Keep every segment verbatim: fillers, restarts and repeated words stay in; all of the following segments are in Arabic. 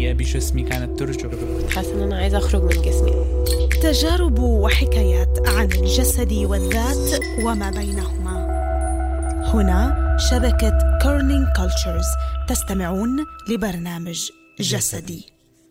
معينة بجسمي كانت ترجع. حاسة أن أنا عايزة أخرج من جسمي. تجارب وحكايات عن الجسد والذات وما بينهما. هنا شبكة كورنينج كولتشرز، تستمعون لبرنامج جسدي.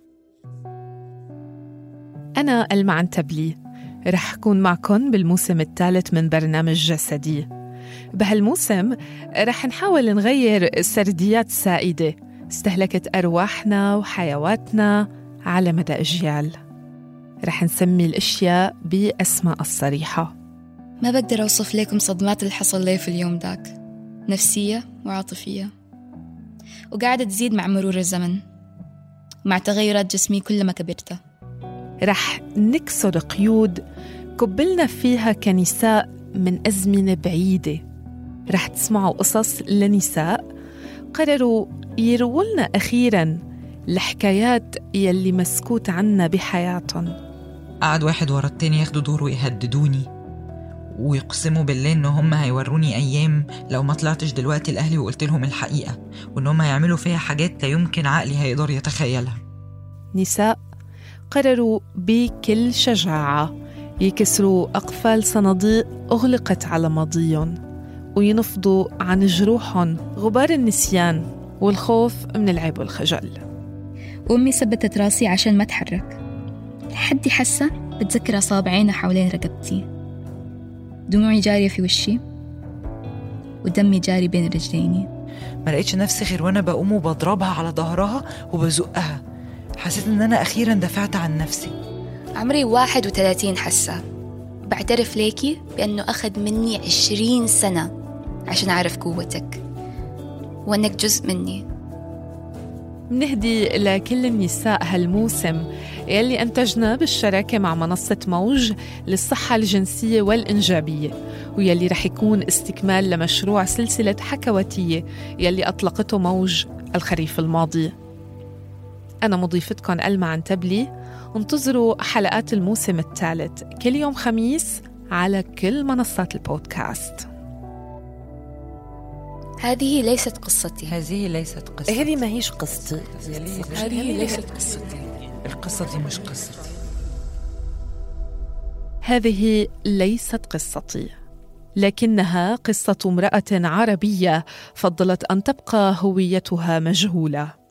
أنا ألمى عنتبلي، رح أكون معكم بالموسم الثالث من برنامج جسدي. بهالموسم رح نحاول نغير السرديات السائدة استهلكت أرواحنا وحيواتنا على مدى أجيال. رح نسمي الأشياء بأسماء الصريحة. ما بقدر أوصف لكم صدمات اللي حصل لي في اليوم داك، نفسية وعاطفية، وقاعدة تزيد مع مرور الزمن مع تغيرات جسمي كلما كبرت. رح نكسر قيود قبلنا فيها كنساء من أزمنة بعيدة. رح تسمعوا قصص لنساء قرروا يروولنا أخيراً الحكايات يلي مسكوت عنا بحياتهم. قعد واحد ورا التاني ياخدوا دور ويهددوني ويقسموا بالله إنه هم هيوروني أيام لو ما طلعتش دلوقتي الأهلي وقلت لهم الحقيقة، وإن هم هيعملوا فيها حاجات لا يمكن عقلي هيقدر يتخيلها. نساء قرروا بكل شجاعة يكسروا أقفال صناديق أغلقت على ماضيهم وينفضوا عن جروحهم غبار النسيان والخوف من العيب والخجل. وأمي ثبتت راسي عشان ما أتحرك لحد حاسة بتذكر أصابعينها حوالين رقبتي، دموعي جارية في وشي ودمي جاري بين رجليني. ما لقيتش نفسي غير وأنا بقوم وبضربها على ظهرها وبزقها. حسيت إن أنا أخيراً دفعت عن نفسي. عمري واحد وثلاثين حسة. بعترف ليكي بأنه أخذ مني عشرين سنة عشان أعرف قوتك وأنك جزء مني. منهدي لكل النساء هالموسم يلي أنتجنا بالشراكة مع منصة موج للصحة الجنسية والإنجابية، ويلي رح يكون استكمال لمشروع سلسلة حكواتية يلي أطلقته موج الخريف الماضي. أنا مضيفتكم ألمى عنتبلي. انتظروا حلقات الموسم الثالث كل يوم خميس على كل منصات البودكاست. هذه ليست قصتي. هذه ليست قصتي. هذه ما هيش قصتي. هذه ليست قصتي. القصة دي مش قصتي. هذه ليست قصتي، لكنها قصة امرأة عربية فضلت أن تبقى هويتها مجهولة.